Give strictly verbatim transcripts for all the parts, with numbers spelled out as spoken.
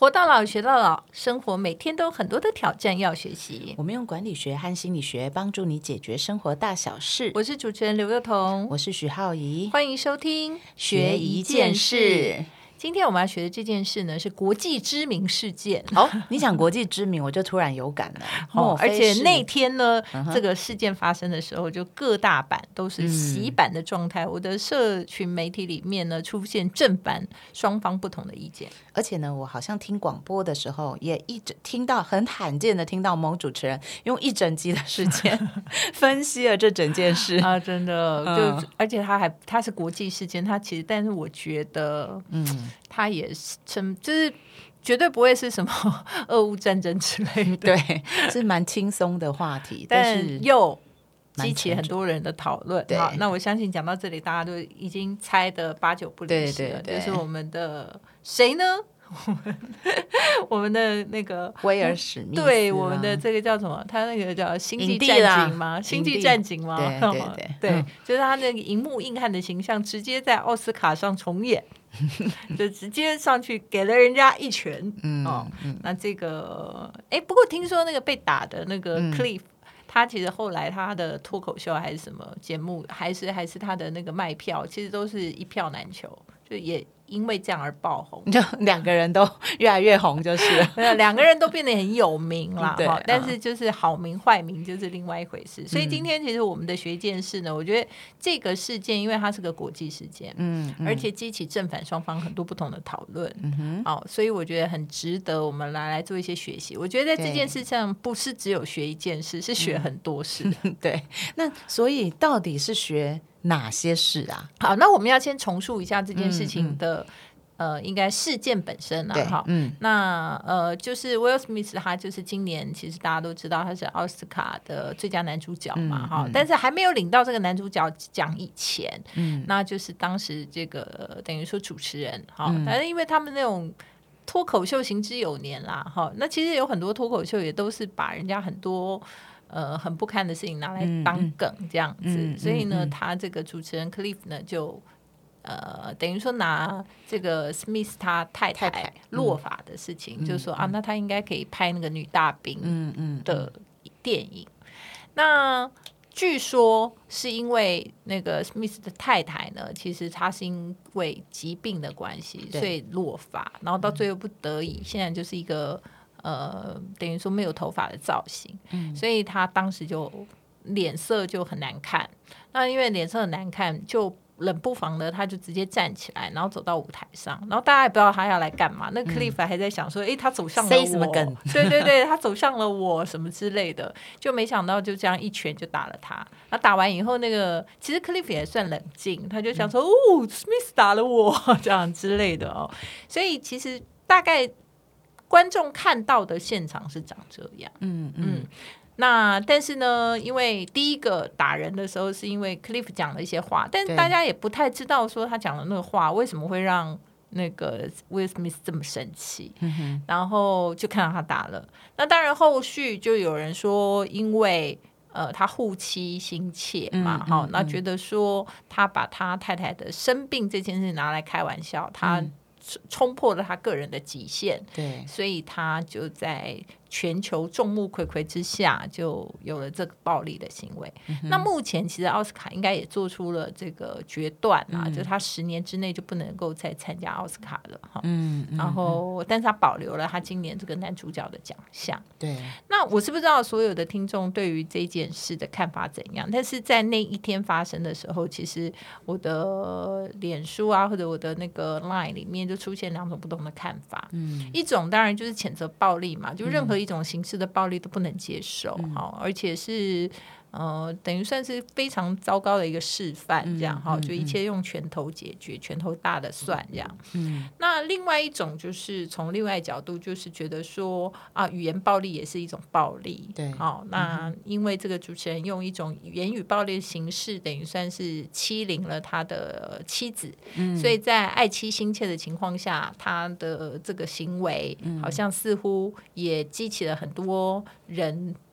活到老学到老，生活每天都有很多的挑战要学习。 我们用管理学和心理学帮助你解决生活大小事。 我是主持人刘幼彤， 我是许浩怡， 欢迎收听学一件事。 今天我们要学的这件事呢，是国际知名事件。 哦，你讲国际知名，我就突然有感了。 哦，而且那天呢、 嗯， 这个事件发生的时候，就各大版都是洗版的状态、嗯。我的社群媒体里面呢，出现正反双方不同的意见。 而且呢，我好像听广播的时候，也一直听到很罕见的听到某主持人用一整集的时间分析了这整件事啊，真的，就、嗯、而且他还他是国际事件，他其实，但是我觉得，嗯。他也是就是绝对不会是什么俄乌战争之类的， 对，是蛮轻松的话题， 但又激起很多人的讨论。好，那我相信讲到这里，大家都已经猜得八九不离十了，就是我们的谁呢？我们的那个威尔史密斯， 对，我们的这个叫什么？他那个叫星际战警吗？星际战警吗？ 对对 对, 对、嗯，就是他那个荧幕硬汉的形象，直接在奥斯卡上重演。就直接上去给了人家一拳、嗯哦嗯、那这个哎，不过听说那个被打的那个 Cliff、嗯、他其实后来他的脱口秀还是什么节目，还是还是他的那个卖票，其实都是一票难求，就也因为这样而爆红， 就两个人都越来越红就是了两个人都变得很有名啦对、哦、但是就是好名坏名就是另外一回事、嗯、所以今天其实我们的学件事呢，我觉得这个事件因为它是个国际事件，嗯，嗯而且激起正反双方很多不同的讨论、嗯哼哦、所以我觉得很值得我们来来做一些学习。我觉得在这件事上不是只有学一件事，是学很多事、 嗯、对，那所以到底是学哪些事啊？ 好，那我们要先重述一下这件事情的、嗯嗯、呃，应该事件本身啊，哈，嗯，那呃，就是 Will Smith 他就是今年其实大家都知道他是奥斯卡的最佳男主角嘛，哈、嗯嗯，但是还没有领到这个男主角奖以前，嗯，那就是当时这个、呃、等于说主持人，哈、嗯，但是因为他们那种脱口秀行之有年啦，哈，那其实有很多脱口秀也都是把人家很多。呃，很不堪的事情拿来当梗这样子、嗯嗯、所以呢、嗯嗯、他这个主持人 Cliff 呢就呃，等于说拿这个 Smith 他太太落法的事情、嗯、就是说、嗯、啊，那他应该可以拍那个女大兵的电影、嗯嗯嗯、那据说是因为那个 Smith 的太太呢，其实他是因为疾病的关系所以落发，然后到最后不得已、嗯、现在就是一个呃，等于说没有头发的造型、嗯、所以他当时就脸色就很难看，那因为脸色很难看就冷不防的他就直接站起来，然后走到舞台上，然后大家也不知道他要来干嘛，那个 Cliff 还在想说哎、嗯，他走向了我什么梗对对对，他走向了我什么之类的，就没想到就这样一拳就打了他。那打完以后那个其实 Cliff 也算冷静，他就想说、嗯、哦 Smith 打了我这样之类的哦，所以其实大概观众看到的现场是长这样，嗯嗯，那但是呢，因为第一个打人的时候是因为 Cliff 讲了一些话，但大家也不太知道说他讲的那个话为什么会让那个 Will Smith 这么生气、嗯，然后就看到他打了。那当然后续就有人说，因为呃他护妻心切嘛，好、嗯嗯，那觉得说他把他太太的生病这件事拿来开玩笑，他、嗯冲破了他个人的极限，对，所以他就在全球众目睽睽之下就有了这个暴力的行为、嗯、那目前其实奥斯卡应该也做出了这个决断啊、嗯、就他十年之内就不能够再参加奥斯卡了、嗯嗯、然后但是他保留了他今年这个男主角的奖项。对，那我是不知道所有的听众对于这件事的看法怎样，但是在那一天发生的时候，其实我的脸书啊或者我的那个 Line 里面就出现两种不同的看法、嗯、一种当然就是谴责暴力嘛，就任何一种形式的暴力都不能接受、嗯、而且是呃，等于算是非常糟糕的一个示范这样、嗯嗯、就一切用拳头解决，拳头大的算这样、嗯、那另外一种就是从另外角度就是觉得说啊，语言暴力也是一种暴力，对、哦、那因为这个主持人用一种言语暴力的形式等于算是欺凌了他的妻子、嗯、所以在爱妻心切的情况下，他的这个行为好像似乎也激起了很多人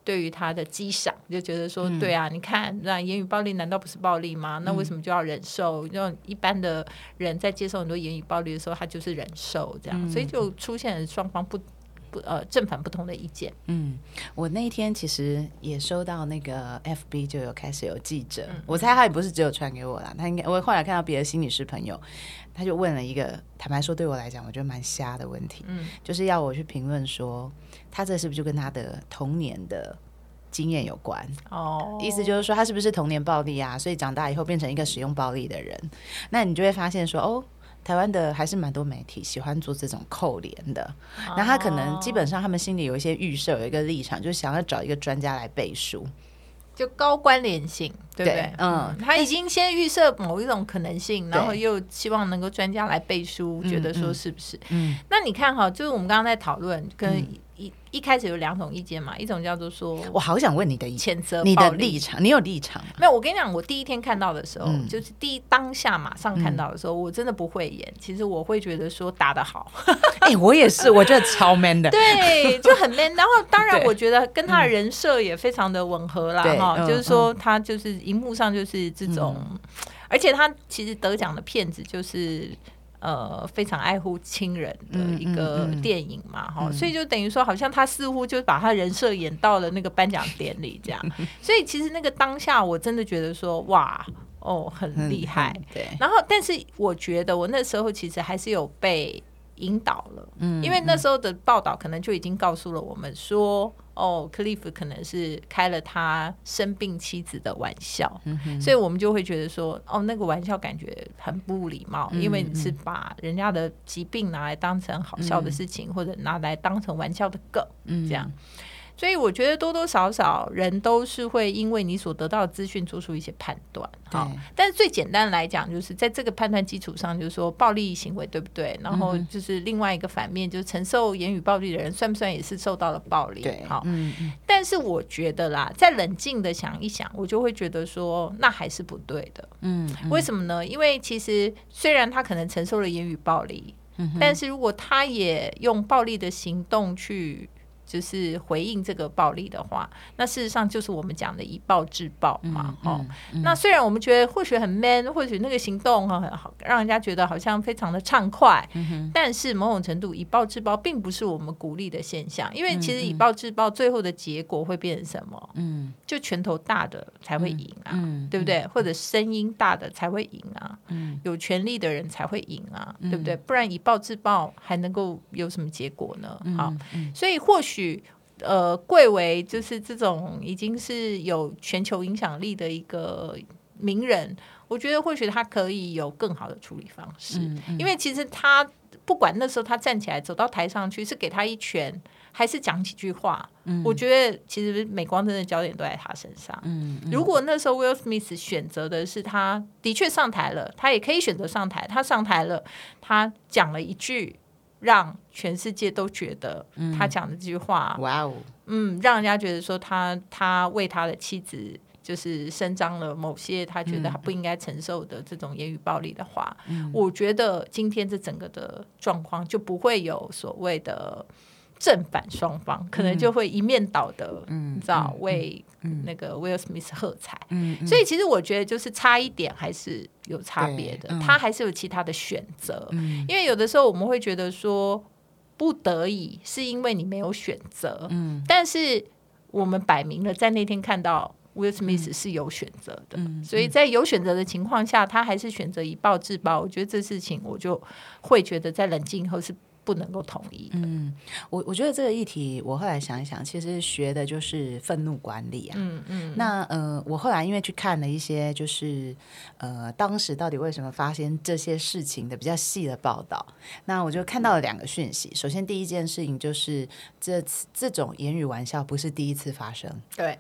对于他的激赏，就觉得说、嗯、对啊，你看那言语暴力难道不是暴力吗？那为什么就要忍受？让、嗯、一般的人在接受很多言语暴力的时候，他就是忍受这样、嗯、所以就出现了双方不呃正反不同的意见。 嗯，我那一天其实也收到那个 F B 就有开始有记者、嗯、我猜他也不是只有传给我啦，他应该我后来看到别的心理师朋友，他就问了一个坦白说对我来讲我觉得蛮瞎的问题、嗯、就是要我去评论说他这是不是就跟他的童年的经验有关、哦、意思就是说他是不是童年暴力啊，所以长大以后变成一个使用暴力的人。那你就会发现说哦，台湾的还是蛮多媒体喜欢做这种扣连的，那他可能基本上他们心里有一些预设，有一个立场，就是想要找一个专家来背书， 就高关联性，对不对？嗯，他已经先预设某一种可能性，然后又希望能够专家来背书，觉得说是不是？嗯，那你看哈，就是我们刚刚在讨论跟、嗯一, 一开始有两种意见嘛，一种叫做说， 我好想问你的谴责你的立场，你有立场吗？ 没有，我跟你讲，我第一天看到的时候，嗯、就是第一当下马上看到的时候、嗯，我真的不会演。其实我会觉得说打得好， 哎、欸，我也是，我觉得超 man 的， 对，就很 man。然后当然，我觉得跟他的人设也非常的吻合啦，哈、嗯，就是说他就是荧幕上就是这种，嗯、而且他其实得奖的片子就是。呃，非常爱护亲人的一个电影嘛，哈、嗯嗯嗯，所以就等于说，好像他似乎就把他人设演到了那个颁奖典礼这样。所以其实那个当下，我真的觉得说，哇，哦，很厉害。嗯、对。然后，但是我觉得我那时候其实还是有被引导了，嗯，因为那时候的报道可能就已经告诉了我们说。哦 Cliff 可能是开了他生病妻子的玩笑、嗯、所以我们就会觉得说哦，那个玩笑感觉很不礼貌、嗯、因为你是把人家的疾病拿来当成好笑的事情、嗯、或者拿来当成玩笑的梗、嗯、这样。所以我觉得多多少少人都是会因为你所得到的资讯做出一些判断，但是最简单来讲就是在这个判断基础上，就是说暴力行为对不对，然后就是另外一个反面，就是承受言语暴力的人算不算也是受到了暴力。对，好、嗯嗯，但是我觉得啦，再冷静的想一想，我就会觉得说那还是不对的。嗯，嗯，为什么呢？因为其实虽然他可能承受了言语暴力、嗯、但是如果他也用暴力的行动去就是回应这个暴力的话，那事实上就是我们讲的以暴制暴嘛、嗯嗯嗯、那虽然我们觉得或许很 man， 或许那个行动很好，让人家觉得好像非常的畅快、嗯、但是某种程度以暴制暴并不是我们鼓励的现象，因为其实以暴制暴最后的结果会变成什么、嗯、就拳头大的才会赢啊、嗯、对不对、嗯、或者声音大的才会赢啊、嗯、有权力的人才会赢啊、嗯、对不对？不然以暴制暴还能够有什么结果呢？好、嗯嗯、所以或许呃，贵为就是这种已经是有全球影响力的一个名人，我觉得或许他可以有更好的处理方式、嗯嗯、因为其实他不管那时候他站起来走到台上去是给他一拳还是讲几句话、嗯、我觉得其实镁光灯的焦点都在他身上、嗯嗯、如果那时候 Will Smith 选择的是他的确上台了，他也可以选择上台，他上台了，他讲了一句让全世界都觉得他讲的这句话，哇哦，嗯，让人家觉得说他他为他的妻子就是伸张了某些他觉得他不应该承受的这种言语暴力的话、嗯、我觉得今天这整个的状况就不会有所谓的正反双方，可能就会一面倒的、嗯、你知道、嗯、为那个 Will Smith 喝彩、嗯嗯、所以其实我觉得就是差一点还是有差别的、嗯、他还是有其他的选择、嗯、因为有的时候我们会觉得说不得已是因为你没有选择、嗯、但是我们摆明了在那天看到Will Smith 是有选择的、嗯、所以在有选择的情况下他还是选择以暴制暴，我觉得这事情我就会觉得在冷静以后是不能够同意的。嗯， 我我觉得这个议题我后来想一想其实学的就是愤怒管理啊。嗯嗯，那呃，我后来因为去看了一些就是呃当时到底为什么发生这些事情的比较细的报道，那我就看到了两个讯息。首先第一件事情就是这这种言语玩笑不是第一次发生。 对，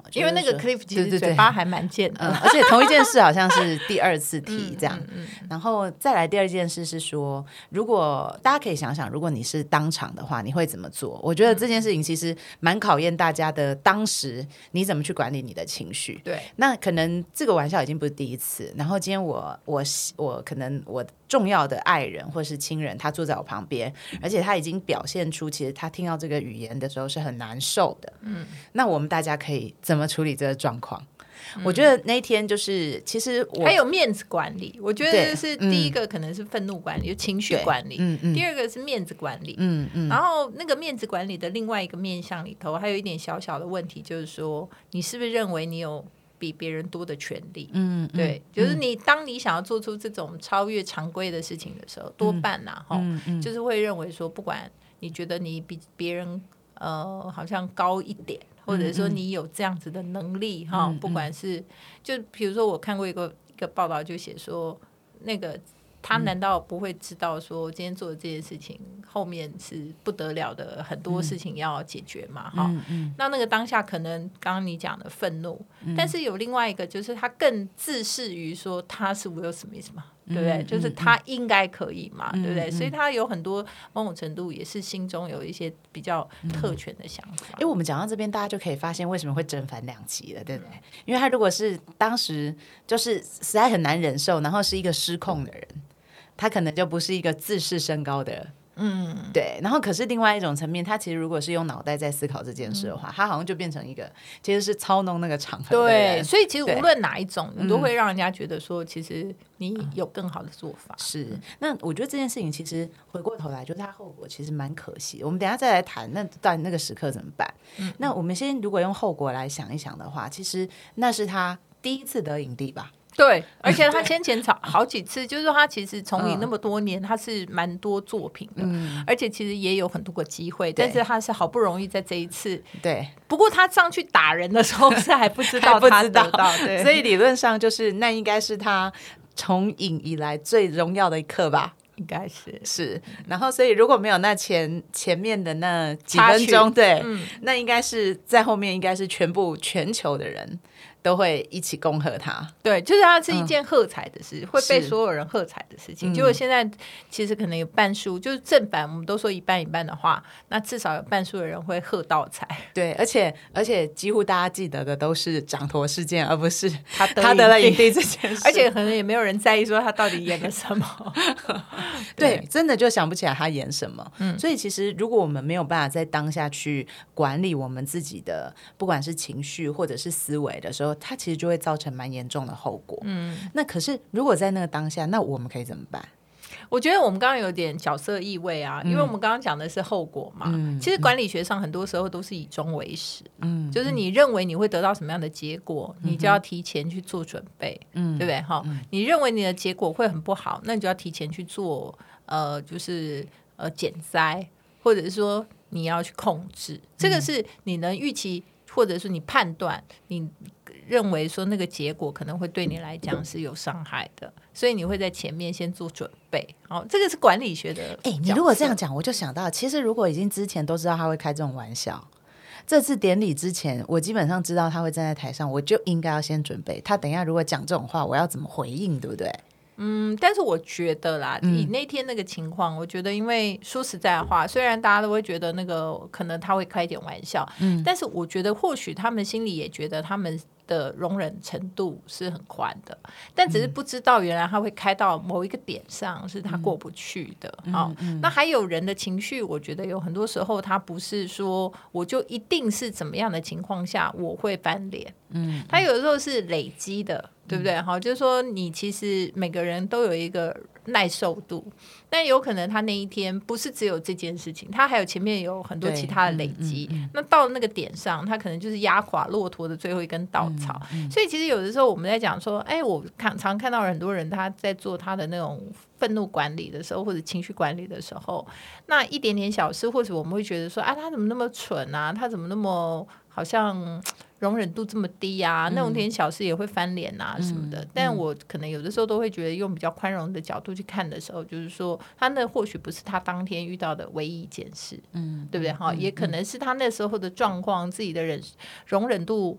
因为那个 Cliff 其实嘴巴还蛮贱的， 嗯，而且同一件事好像是第二次提这样。嗯嗯嗯、然后再来第二件事是说，如果大家可以想想，如果你是当场的话，你会怎么做？我觉得这件事情其实蛮考验大家的，当时你怎么去管理你的情绪。 对， 那可能这个玩笑已经不是第一次，然后今天我我我可能我重要的爱人或是亲人，他坐在我旁边，而且他已经表现出其实他听到这个语言的时候是很难受的。嗯，那我们大家可以怎么处理这个状况？嗯、我觉得那一天就是其实我还有面子管理，我觉得是第一个可能是愤怒管理，就情绪管理。嗯嗯。第二个是面子管理。嗯嗯。然后那个面子管理的另外一个面向里头，还有一点小小的问题，就是说你是不是认为你有比别人多的权利？嗯，对，就是你当你想要做出这种超越常规的事情的时候，多半呐、啊，嗯嗯、就是会认为说，不管你觉得你比别人呃好像高一点。或者说你有这样子的能力哈、嗯，不管是就比如说我看过一个一个报道，就写说那个他难道不会知道说今天做的这件事情后面是不得了的很多事情要解决嘛哈、嗯嗯？那那个当下可能刚刚你讲的愤怒、嗯，但是有另外一个就是他更自视于说他是 Will Smith 嘛。对不对、嗯？就是他应该可以嘛，嗯、对不对、嗯？所以他有很多某种程度也是心中有一些比较特权的想法。 因为我们讲到这边，大家就可以发现为什么会正反两极了，对不对？嗯、因为他如果是当时就是实在很难忍受，然后是一个失控的人，他可能就不是一个自视甚高的人。嗯，对。然后可是另外一种层面，他其实如果是用脑袋在思考这件事的话，嗯、他好像就变成一个其实是操弄那个场合的人。 对，所以其实无论哪一种，你都会让人家觉得说，其实你有更好的做法。 嗯、是。那我觉得这件事情其实回过头来，就是它后果其实蛮可惜的。我们等一下再来谈，那到底那个时刻怎么办？嗯、那我们先如果用后果来想一想的话，其实那是他第一次得影帝吧。 对，而且他先前好几次，就是说他其实从影那么多年，他是蛮多作品的，嗯、而且其实也有很多个机会，但是他是好不容易在这一次。 对， 不过他上去打人的时候是还不知道他得到，对， 所以理论上就是那应该是他从影以来最荣耀的一刻吧。 应该是是，然后所以如果没有那前前面的那几分钟，对、嗯，那应该是在后面应该是全部全球的人都会一起恭贺他。 对，就是它是一件喝彩的事、嗯、会被所有人喝彩的事情。结果现在其实可能有半数，就是正版我们都说一半一半的话，那至少有半数的人会喝到彩。 对，而且而且几乎大家记得的都是掌舵事件，而不是他得他得了影帝这件事。 而且可能也没有人在意说他到底演了什么。 对, 对，真的就想不起来他演什么、嗯、所以其实如果我们没有办法在当下去管理我们自己的不管是情绪或者是思维的时候，它其实就会造成蛮严重的后果。嗯，那可是如果在那个当下，那我们可以怎么办？ 我觉得我们刚刚有点角色意味啊、嗯、因为我们刚刚讲的是后果嘛、嗯、其实管理学上很多时候都是以终为始、嗯、就是你认为你会得到什么样的结果、嗯、你就要提前去做准备、嗯、对不对、嗯、你认为你的结果会很不好，那你就要提前去做呃，就是呃减灾，或者是说你要去控制，这个是你能预期或者是你判断你认为说那个结果可能会对你来讲是有伤害的，所以你会在前面先做准备。好，这个是管理学的。 哎、欸，你如果这样讲，我就想到，其实如果已经之前都知道他会开这种玩笑，这次典礼之前，我基本上知道他会站在台上，我就应该要先准备。他等一下如果讲这种话，我要怎么回应，对不对？ 嗯，但是我觉得啦，以那天那个情况、嗯、我觉得因为说实在的话，虽然大家都会觉得那个可能他会开一点玩笑、嗯、但是我觉得或许他们心里也觉得他们的容忍程度是很宽的，但只是不知道原来他会开到某一个点上是他过不去的、嗯哦嗯、那还有人的情绪，我觉得有很多时候他不是说我就一定是怎么样的情况下我会翻脸，嗯，他有的时候是累积的，对不对、嗯、好，就是说你其实每个人都有一个耐受度，但有可能他那一天不是只有这件事情，他还有前面有很多其他的累积、嗯嗯嗯、那到了那个点上，他可能就是压垮骆驼的最后一根稻草、嗯嗯、所以其实有的时候我们在讲说，哎，我看常看到很多人他在做他的那种愤怒管理的时候或者情绪管理的时候，那一点点小事或者我们会觉得说，啊，他怎么那么蠢啊，他怎么那么好像容忍度这么低啊、嗯、那种点小事也会翻脸啊什么的、嗯、但我可能有的时候都会觉得用比较宽容的角度去看的时候，就是说他那或许不是他当天遇到的唯一一件事，嗯，对不对、嗯、也可能是他那时候的状况，自己的忍容忍度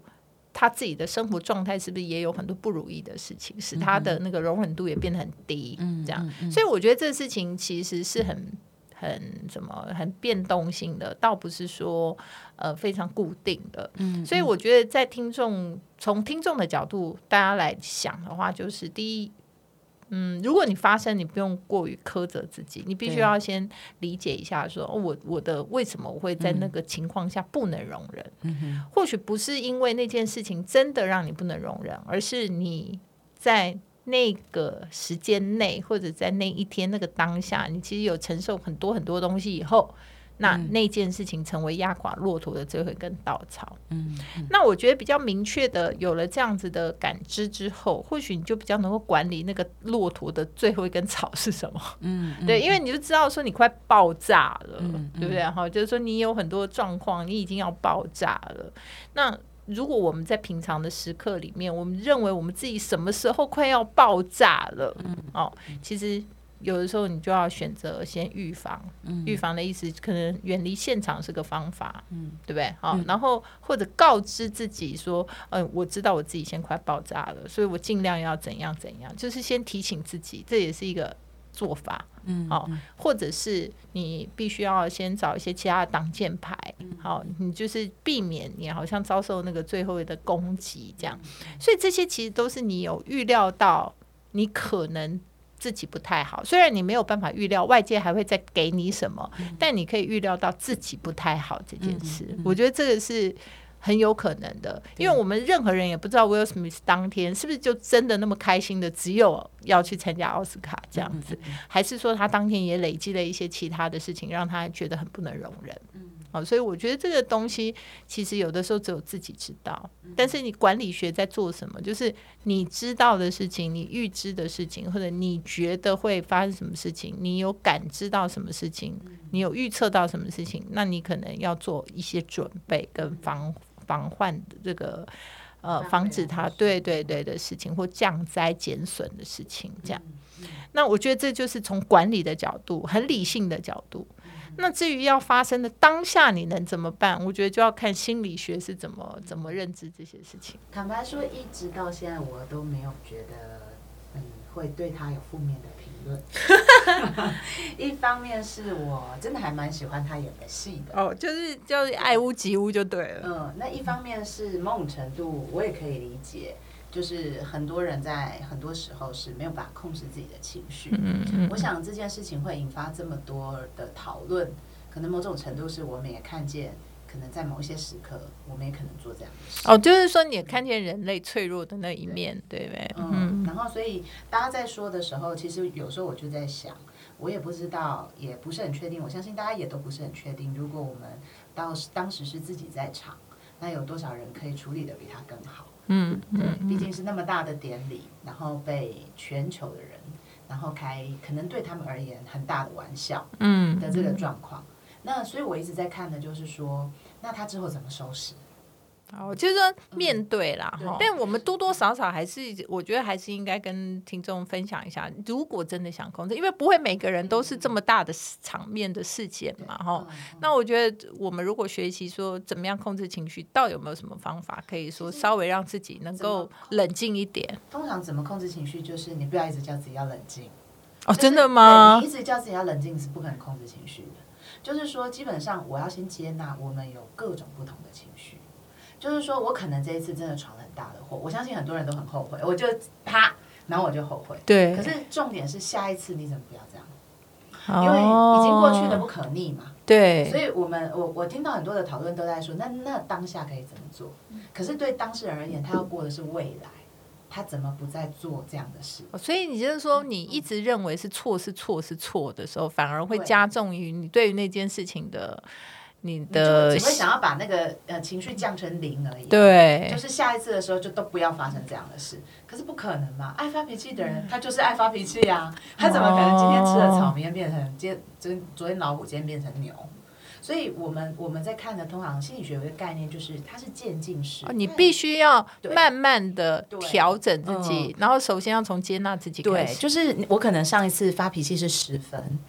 他自己的生活状态是不是也有很多不如意的事情，使他的那个容忍度也变得很低，嗯、这样、嗯嗯，所以我觉得这事情其实是很很什么很变动性的，倒不是说呃非常固定的。嗯，所以我觉得在听众从听众的角度，大家来想的话，就是第一，嗯，如果你发生，你不用过于苛责自己，你必须要先理解一下说，说、哦、我我的为什么我会在那个情况下不能容忍？嗯、或许不是因为那件事情真的让你不能容忍，而是你在那个时间内，或者在那一天那个当下，你其实有承受很多很多东西以后，那那件事情成为压垮骆驼的最后一根稻草。嗯嗯，那我觉得比较明确的有了这样子的感知之后，或许你就比较能够管理那个骆驼的最后一根草是什么。嗯，嗯对，因为你就知道说你快爆炸了，嗯嗯对不对？哈，就是说你有很多状况，你已经要爆炸了。那如果我们在平常的时刻里面，我们认为我们自己什么时候快要爆炸了，嗯哦，其实有的时候你就要选择先预防。嗯、预防的意思可能远离现场是个方法，嗯、对不对？好、嗯，然后或者告知自己说，嗯、呃，我知道我自己先快爆炸了，所以我尽量要怎样怎样，就是先提醒自己，这也是一个做法。嗯，好，或者是你必须要先找一些其他的挡箭牌，好，你就是避免你好像遭受那个最后的攻击这样。所以这些其实都是你有预料到你可能自己不太好，虽然你没有办法预料外界还会再给你什么，但你可以预料到自己不太好这件事。我觉得这个是很有可能的，因为我们任何人也不知道 Will Smith 当天是不是就真的那么开心的只有要去参加奥斯卡这样子，还是说他当天也累积了一些其他的事情让他觉得很不能容忍。哦、所以我觉得这个东西其实有的时候只有自己知道，但是你管理学在做什么，就是你知道的事情，你预知的事情，或者你觉得会发生什么事情，你有感知到什么事情，你有预测到什么事情，那你可能要做一些准备跟防防患的这个呃防止它对对对的事情，或降灾减损的事情这样。那我觉得这就是从管理的角度，很理性的角度。那至于要发生的当下你能怎么办，我觉得就要看心理学是怎么怎么认知这些事情。 坦白说一直到现在我都没有觉得嗯会对他有负面的评论一方面是我真的还蛮喜欢他演的戏的哦，就是就是爱屋及乌就对了。 嗯，那一方面是某种程度我也可以理解，就是很多人在很多时候是没有办法控制自己的情绪。嗯嗯，我想这件事情会引发这么多的讨论，可能某种程度是我们也看见，可能在某一些时刻，我们也可能做这样的事。 哦，就是说你也看见人类脆弱的那一面， 对, 对不对？ 嗯，然后所以大家在说的时候，其实有时候我就在想，我也不知道，也不是很确定，我相信大家也都不是很确定，如果我们当当时是自己在场，那有多少人可以处理的比他更好？嗯，对，毕竟是那么大的典礼，然后被全球的人，然后开可能对他们而言很大的玩笑，嗯的这个状况。那所以我一直在看的就是说，那他之后怎么收拾？ 哦，就是说面对啦、嗯、但我们多多少少还是我觉得还是应该跟听众分享一下，如果真的想控制，因为不会每个人都是这么大的场面的事件嘛、嗯、那我觉得我们如果学习说怎么样控制情绪，到底有没有什么方法可以说稍微让自己能够冷静一点？ 通常怎么控制情绪就是你不要一直叫自己要冷静。 哦，真的吗？ 你一直叫自己要冷静是不可能控制情绪的。就是说基本上我要先接纳我们有各种不同的情绪，就是说我可能这一次真的闯了很大的祸，我相信很多人都很后悔，我就啪，然后我就后悔。 对。 可是重点是下一次你怎么不要这样？因为已经过去的不可逆嘛。 对。 所以我们我我听到很多的讨论都在说，那那当下可以怎么做？可是对当事人而言，他要过的是未来。他怎么不再做这样的事？ 所以你就是说，你一直认为是错是错是错的时候，反而会加重于你对于那件事情的你的， 你只会想要把那个呃情绪降成零而已。 对， 就是下一次的时候就都不要发生这样的事。可是不可能嘛，爱发脾气的人他就是爱发脾气啊，他怎么可能今天吃了草，明天变成今天昨天老虎，今天变成牛？所以我们我们在看的通常心理学有一个概念，就是它是渐进式、哦、 你必须要慢慢的调整自己、嗯、然后首先要从接纳自己开始。 对，就是我可能上一次发脾气是十分，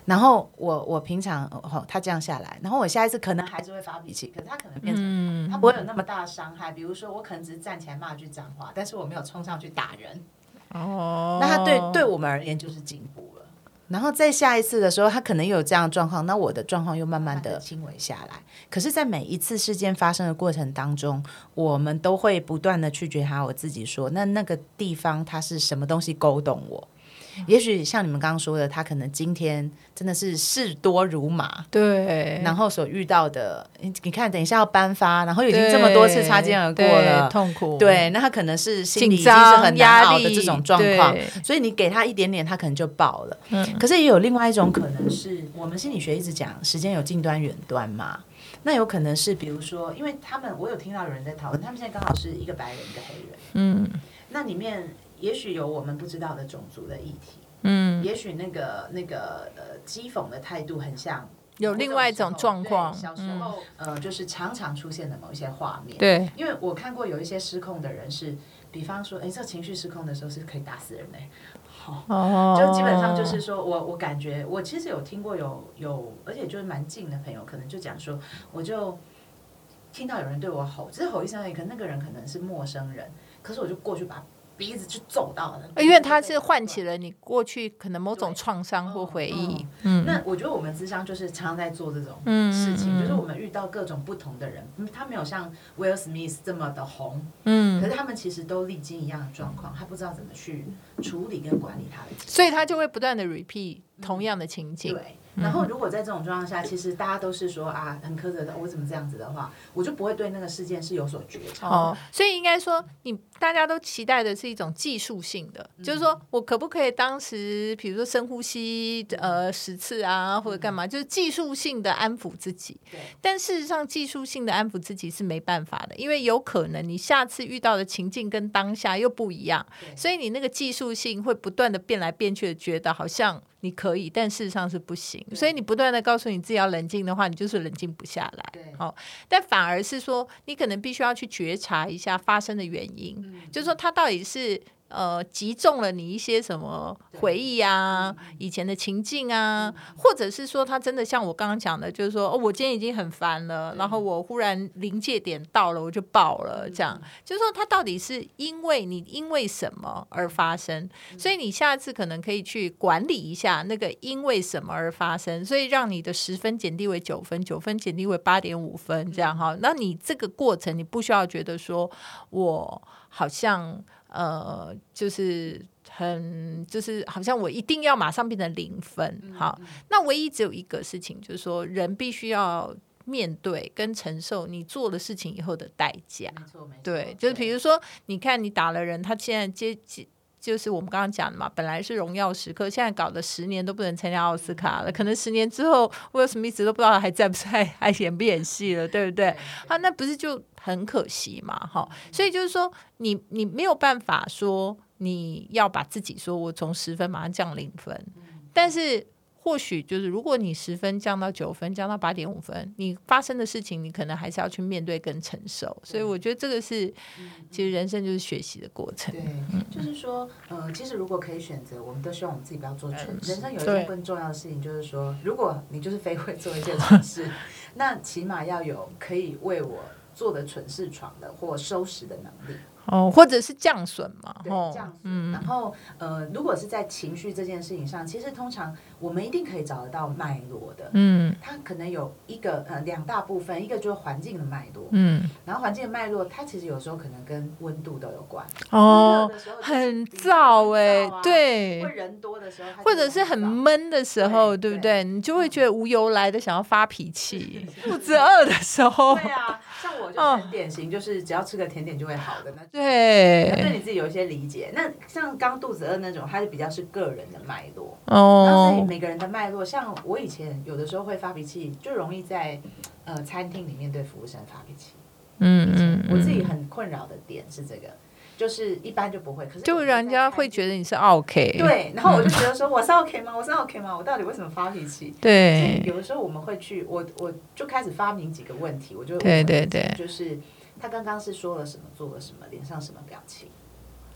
然后我我平常哦他这样下来，然后我下一次可能还是会发脾气，可是他可能变成、嗯、他不会有那么大的伤害。比如说我可能只是站起来骂句脏话，但是我没有冲上去打人。哦，那他对对我们而言就是进步了。然后在下一次的时候，他可能又有这样的状况，那我的状况又慢慢的轻微下来。可是，在每一次事件发生的过程当中，我们都会不断的去觉察我自己说，那那个地方它是什么东西勾动我。也许像你们刚刚说的，他可能今天真的是事多如麻， 对， 然后所遇到的，你看等一下要颁发，然后已经这么多次擦肩而过了， 痛苦， 对，那他可能是心里已经是很难熬的这种状况，所以你给他一点点，他可能就爆了、嗯、可是也有另外一种可能是，我们心理学一直讲时间有近端远端嘛，那有可能是比如说，因为他们我有听到有人在讨论，他们现在刚好是一个白人一个黑人，嗯，那里面也许有我们不知道的种族的议题，嗯，也许那个那个呃讥讽的态度很像有另外一种状况， 小时候、嗯、呃就是常常出现的某一些画面， 对， 因为我看过有一些失控的人是，比方说，哎，这情绪失控的时候是可以打死人的、哦，就基本上就是说我我感觉我其实有听过有有，而且就是蛮近的朋友，可能就讲说，我就听到有人对我吼，只是吼一声而已，可能那个人可能是陌生人，可是我就过去把鼻子就揍到了， 因为它是唤起了你过去可能某种创伤或回忆。 嗯，嗯那我觉得我们諮商就是常常在做这种事情，嗯嗯嗯就是我们遇到各种不同的人，他没有像 Will Smith 这么的红，嗯，可是他们其实都历经一样的状况，他不知道怎么去处理跟管理他的， 所以他就会不断的 repeat 同样的情景。 嗯、对。然后如果在这种状况下，其实大家都是说啊，很苛责的，我怎么这样子的话，我就不会对那个事件是有所觉察。 哦，所以应该说，你大家都期待的是一种技术性的，嗯、就是说我可不可以当时，比如说深呼吸，呃，十次啊，或者干嘛，就是技术性的安抚自己。 对。 但事实上，技术性的安抚自己是没办法的，因为有可能你下次遇到的情境跟当下又不一样，所以你那个技术性会不断的变来变去的，觉得好像你可以，但事实上是不行。所以你不断的告诉你自己要冷静的话，你就是冷静不下来。哦，但反而是说，你可能必须要去觉察一下发生的原因，嗯、就是说它到底是呃击中了你一些什么回忆啊，以前的情境啊，或者是说他真的像我刚刚讲的，就是说、哦、我今天已经很烦了，然后我忽然临界点到了，我就爆了，这样就是说他到底是因为你因为什么而发生，所以你下次可能可以去管理一下那个因为什么而发生，所以让你的十分减低为九分，九分减低为八点五分，这样哈。那你这个过程你不需要觉得说我好像呃，就是很，就是好像我一定要马上变成零分。好，那唯一只有一个事情，就是说人必须要面对跟承受你做的事情以后的代价。 没错，没错。 对，就是比如说，你看你打了人，他现在接就是我们刚刚讲的嘛，本来是荣耀时刻，现在搞了十年都不能参加奥斯卡了，可能十年之后威尔史密斯都不知道还在不在，还演不演戏了，对不对？啊，那不是就很可惜嘛，哈。所以就是说，你你没有办法说你要把自己说我从十分马上降零分，但是或许就是如果你十分降到九分，降到八点五分，你发生的事情你可能还是要去面对跟承受。所以我觉得这个是，其实人生就是学习的过程。 对，就是说，呃，其实如果可以选择，我们都希望我们自己不要做蠢。嗯、人生有一件更重要的事情，就是说，如果你就是非会做一件蠢事，那起码要有可以为我做的蠢事闯的或收拾的能力。 哦，或者是降损嘛， 对，降损。嗯、然后，呃，如果是在情绪这件事情上，其实通常我们一定可以找得到脉络的。嗯，它可能有一个呃两大部分，一个就是环境的脉络。嗯，然后环境的脉络，它其实有时候可能跟温度都有关。 哦，很燥哎、欸，对。 或人多的时候， 或者是很闷的时候， 对, 对不对？你就会觉得无由来的想要发脾气。肚子饿的时候， 对啊，像我就很典型，就是只要吃个甜点就会好的那种。 对， 对你自己有一些理解。那像刚肚子饿那种，它就比较是个人的脉络。哦，然后所以每个人的脉络，像我以前有的时候会发脾气，就容易在呃餐厅里面对服务生发脾气。嗯嗯，我自己很困扰的点是这个。就是一般就不会，可是就人家会觉得你是 OK， 对，然后我就觉得说我是 OK 吗？我是 OK 吗？我到底为什么发脾气？ 对， 有的时候我们会去，我我就开始发明几个问题，我就对对对， 就是他刚刚是说了什么，做了什么，脸上什么表情？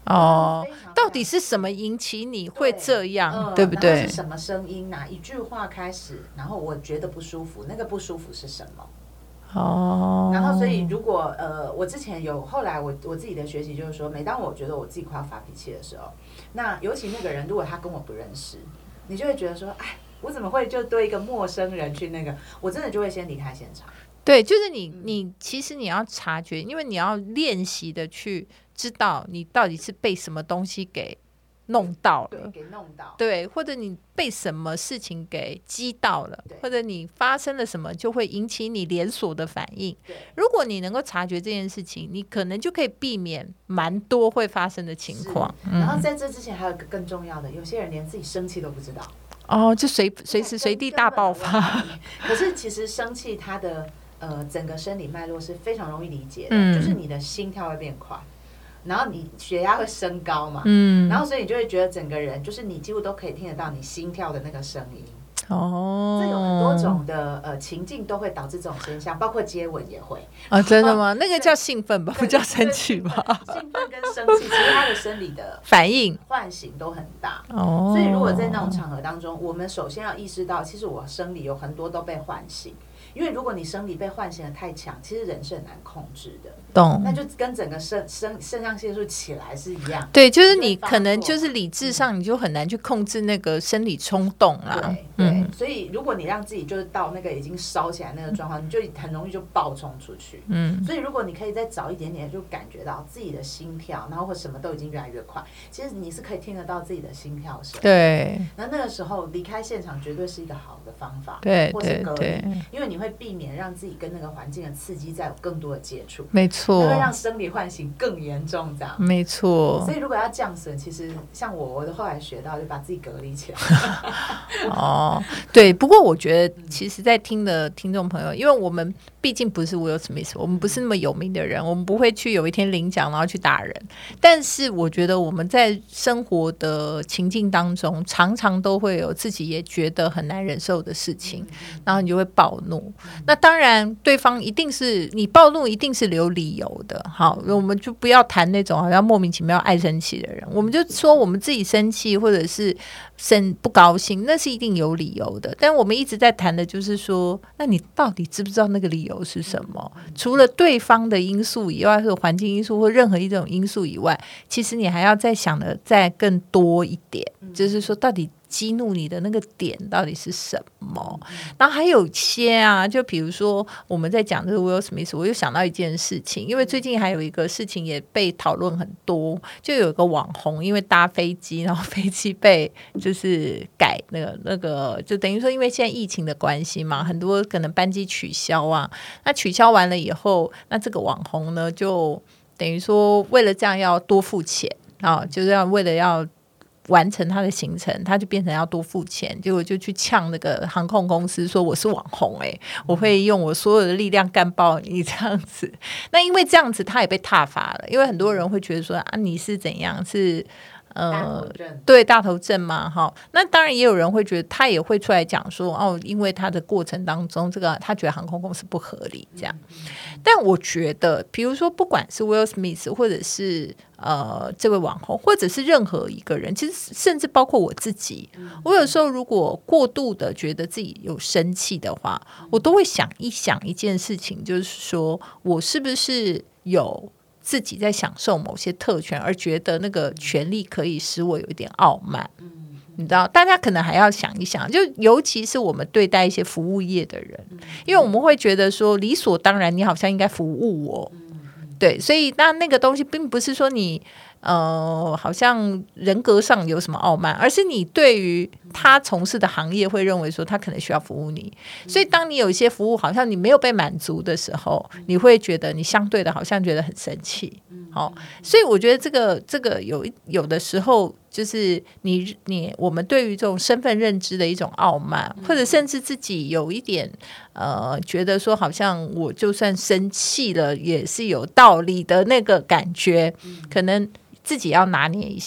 哦，到底是什么引起你会这样， 对,、嗯、对不对？ 然后是什么声音，哪一句话开始，然后我觉得不舒服，那个不舒服是什么？哦，然后所以如果呃，我之前有后来我我自己的学习就是说，每当我觉得我自己快要发脾气的时候，那尤其那个人如果他跟我不认识，你就会觉得说，哎，我怎么会就对一个陌生人去那个，我真的就会先离开现场。 对，就是你你其实你要察觉，因为你要练习的去知道你到底是被什么东西给弄到了， 对，给弄到， 对，或者你被什么事情给激到了，或者你发生了什么就会引起你连锁的反应。如果你能够察觉这件事情，你可能就可以避免蛮多会发生的情况。 嗯、然后在这之前还有个更重要的，有些人连自己生气都不知道， 哦，就随随时随地大爆发。 可是其实生气它的呃整个生理脉络是非常容易理解的，嗯、就是你的心跳会变快。然后你血压会升高嘛，嗯，然后所以你就会觉得整个人就是你几乎都可以听得到你心跳的那个声音。哦，这有很多种的呃情境都会导致这种现象，包括接吻也会。 啊，真的吗？那个叫兴奋吧，不叫生气吧？ 兴奋跟生气，其实它的生理的反应唤醒都很大。哦，所以如果在那种场合当中，我们首先要意识到，其实我生理有很多都被唤醒。因为如果你生理被唤醒的太强，其实人是很难控制的，懂？那就跟整个肾肾肾上腺素起来是一样。 对，就是你可能就是理智上你就很难去控制那个生理冲动啦。 对对、嗯，所以如果你让自己就是到那个已经烧起来那个状况，你就很容易就爆冲出去。嗯，所以如果你可以再早一点点就感觉到自己的心跳，然后或什么都已经越来越快，其实你是可以听得到自己的心跳声。 对， 那那个时候离开现场绝对是一个好的方法。 对， 或是隔离， 对， 因为你会避免让自己跟那个环境的刺激再有更多的接触， 没错， 会让生理唤醒更严重，这样没错。 所以如果要降损，其实像我，我后来学到就把自己隔离起来。 哦，对。不过我觉得，其实，在听的听众朋友，因为我们毕竟不是 Will Smith， 我们不是那么有名的人，我们不会去有一天领奖然后去打人。但是我觉得我们在生活的情境当中，常常都会有自己也觉得很难忍受的事情，然后你就会暴怒。那当然对方一定是你暴怒一定是有理由的，好，我们就不要谈那种好像莫名其妙爱生气的人，我们就说我们自己生气或者是生不高兴，那是一定有理由的。但我们一直在谈的就是说，那你到底知不知道那个理由是什么？除了对方的因素以外，或环境因素或任何一种因素以外，其实你还要再想的再更多一点，就是说到底激怒你的那个点到底是什么？然后还有一些啊，就比如说我们在讲这个 Will Smith， 我又想到一件事情，因为最近还有一个事情也被讨论很多，就有一个网红因为搭飞机，然后飞机被就是改那个那个，就等于说因为现在疫情的关系嘛，很多可能班机取消啊，那取消完了以后，那这个网红呢就等于说为了这样要多付钱啊，就是要为了要完成他的行程，他就变成要多付钱，结果就去呛那个航空公司说我是网红哎、欸，我会用我所有的力量干爆你这样子。那因为这样子他也被挞伐了，因为很多人会觉得说啊你是怎样是呃，对大头症嘛，哈，那当然也有人会觉得他也会出来讲说哦，因为他的过程当中，这个他觉得航空公司不合理这样。但我觉得，比如说不管是 Will Smith 或者是呃这位网红，或者是任何一个人，其实甚至包括我自己，我有时候如果过度的觉得自己有生气的话，我都会想一想一件事情，就是说我是不是有自己在享受某些特权，而觉得那个权利可以使我有一点傲慢。你知道，大家可能还要想一想，就尤其是我们对待一些服务业的人，因为我们会觉得说理所当然，你好像应该服务我。对，所以那那个东西并不是说你呃，好像人格上有什么傲慢，而是你对于他从事的行业会认为说他可能需要服务你，所以当你有一些服务好像你没有被满足的时候，你会觉得你相对的好像觉得很生气。好，所以我觉得这个这个有有的时候就是你你我们对于这种身份认知的一种傲慢，或者甚至自己有一点呃觉得说好像我就算生气了也是有道理的那个感觉，可能自己要拿捏一下。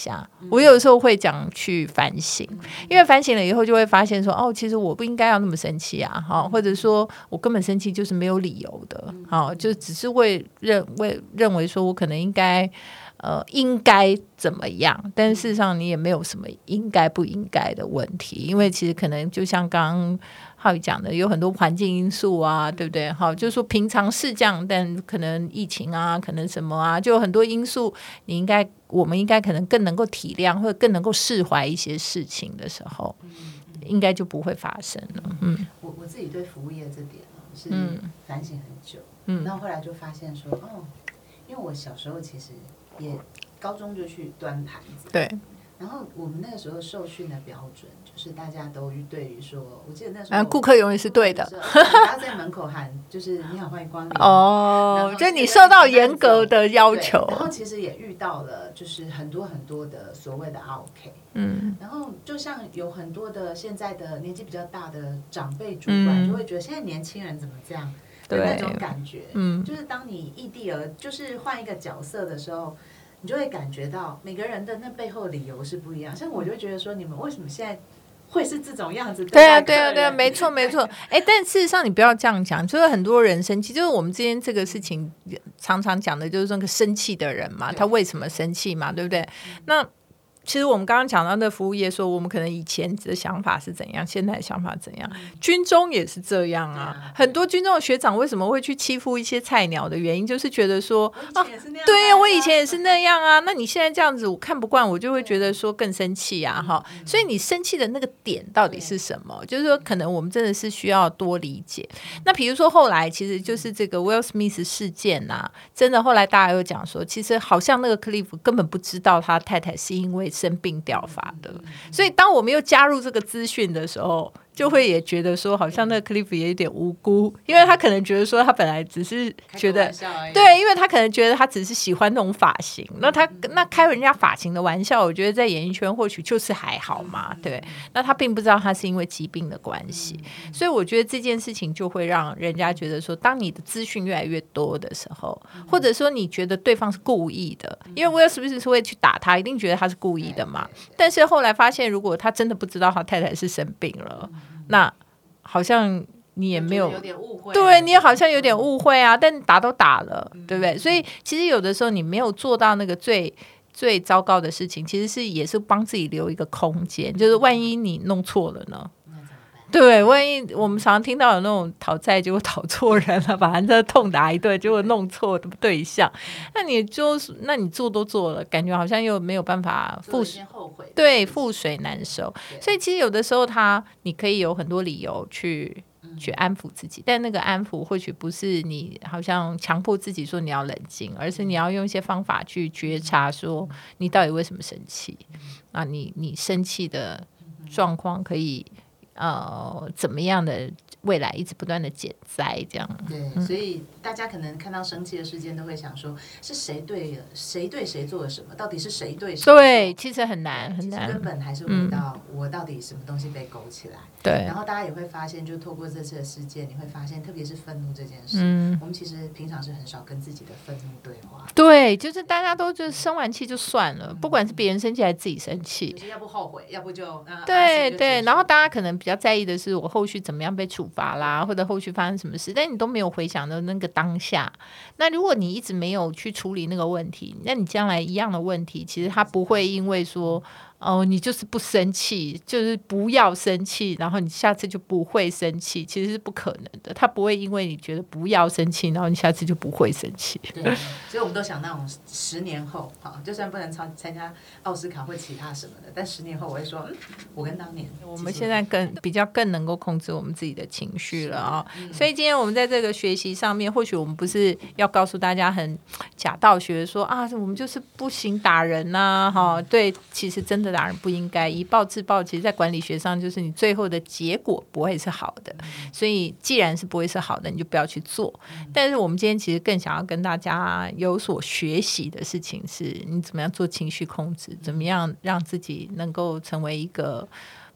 我有时候会讲去反省，因为反省了以后就会发现说，哦，其实我不应该要那么生气啊，哈，或者说我根本生气就是没有理由的，好，就只是会认为认为说我可能应该呃应该怎么样，但是事实上你也没有什么应该不应该的问题，因为其实可能就像刚刚浩宇讲的，有很多环境因素啊，对不对？好，就是说平常是这样，但可能疫情啊，可能什么啊，就有很多因素，你应该我们应该可能更能够体谅，或者更能够释怀一些事情的时候，应该就不会发生了。嗯， 我我自己对服务业这点是反省很久， 嗯， 然后后来就发现说，哦，因为我小时候其实也高中就去端盘子， 对。 然后我们那个时候受训的标准就是大家都对于说，我记得那时候、 啊、顾客永远是对的， 他在门口喊就是你好欢迎光临哦，就你受到严格的要求， 然后其实也遇到了就是很多很多的所谓的 OK， 嗯，然后就像有很多的现在的年纪比较大的长辈主管、嗯、就会觉得现在年轻人怎么这样的那种感觉，嗯，就是当你异地而就是换一个角色的时候，你就会感觉到每个人的那背后理由是不一样。像我就觉得说，你们为什么现在会是这种样子？ 对啊，对啊，对啊，没错，没错。哎，但事实上你不要这样讲，就是很多人生气，就是我们之间这个事情常常讲的，就是那个生气的人嘛，他为什么生气嘛，对不对？嗯、那其实我们刚刚讲到的服务业，说我们可能以前的想法是怎样，现在的想法怎样，嗯、军中也是这样啊。嗯、很多军中的学长为什么会去欺负一些菜鸟的原因，就是觉得说， 啊， 对呀，我以前也是那样啊。那你现在这样子，我看不惯，我就会觉得说更生气啊，哈、嗯。所以你生气的那个点到底是什么？就是说，可能我们真的是需要多理解。那比如说后来，其实就是这个 Will Smith 事件啊，真的后来大家有讲说，其实好像那个 Cliff 根本不知道他太太是因为生病掉发的，所以当我们又加入这个资讯的时候，就会也觉得说好像那个 Cliff 也有点无辜，因为他可能觉得说他本来只是觉得对，因为他可能觉得他只是喜欢那种发型，那他那开人家发型的玩笑，我觉得在演艺圈或许就是还好嘛，对，那他并不知道他是因为疾病的关系，所以我觉得这件事情就会让人家觉得说，当你的资讯越来越多的时候，或者说你觉得对方是故意的，因为 Will Smith 是会去打他，一定觉得他是故意的嘛，但是后来发现如果他真的不知道他太太是生病了，那好像你也没有， 有点误会， 对，你也好像有点误会啊，但打都打了，嗯、对不对？所以其实有的时候你没有做到那个最最糟糕的事情，其实是也是帮自己留一个空间，就是万一你弄错了呢？对，万一我们常常听到有那种讨债结果讨错人了，把人家痛打一顿，结果弄错对象，那你就那你做都做了，感觉好像又没有办法覆水，对，覆水难收。所以其实有的时候他你可以有很多理由去去安抚自己，但那个安抚或许不是你好像强迫自己说你要冷静，而是你要用一些方法去觉察说你到底为什么生气，那你你生气的状况可以呃，怎么样的未来一直不断的减灾，这样对、嗯，所以大家可能看到生气的事件，都会想说，是谁对谁对谁做了什么？到底是谁对谁？ 对，其实很难很难， 根本还是回到我到底什么东西被勾起来。 对、 嗯，然后大家也会发现，就透过这次的事件，你会发现，特别是愤怒这件事，嗯，我们其实平常是很少跟自己的愤怒对话。 对，就是大家都就是生完气就算了，嗯、不管是别人生气还是自己生气， 就是要不后悔，要不就、呃、 对对。然后大家可能比较在意的是我后续怎么样被处罚啦，或者后续发生什么事，但你都没有回想到那个当下。那如果你一直没有去处理那个问题，那你将来一样的问题，其实它不会因为说哦，你就是不生气，就是不要生气，然后你下次就不会生气，其实是不可能的。他不会因为你觉得不要生气，然后你下次就不会生气。 对，所以我们都想那种十年后，好，就算不能参参加奥斯卡或其他什么的，但十年后我会说，嗯，我跟当年， 我们现在更比较更能够控制我们自己的情绪了啊、哦嗯。所以今天我们在这个学习上面，或许我们不是要告诉大家很假道学说啊，我们就是不行打人呐、啊，哈，对，其实真的。打人不应该以暴制暴，其实在管理学上就是你最后的结果不会是好的，所以既然是不会是好的，你就不要去做。但是我们今天其实更想要跟大家有所学习的事情是，你怎么样做情绪控制，怎么样让自己能够成为一个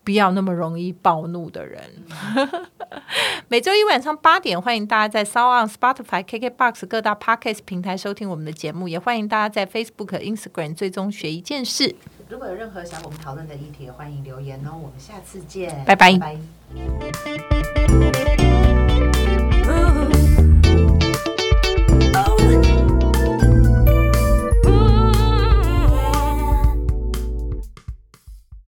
不要那么容易暴怒的人。每周一晚上八点，欢迎大家在 SoundOn、Spotify、K K B O X 各大 Podcast 平台收听我们的节目，也欢迎大家在 Facebook、Instagram 追踪学一件事。 如果有任何想我们讨论的议题，欢迎留言哦。我们下次见， 拜拜。 拜拜。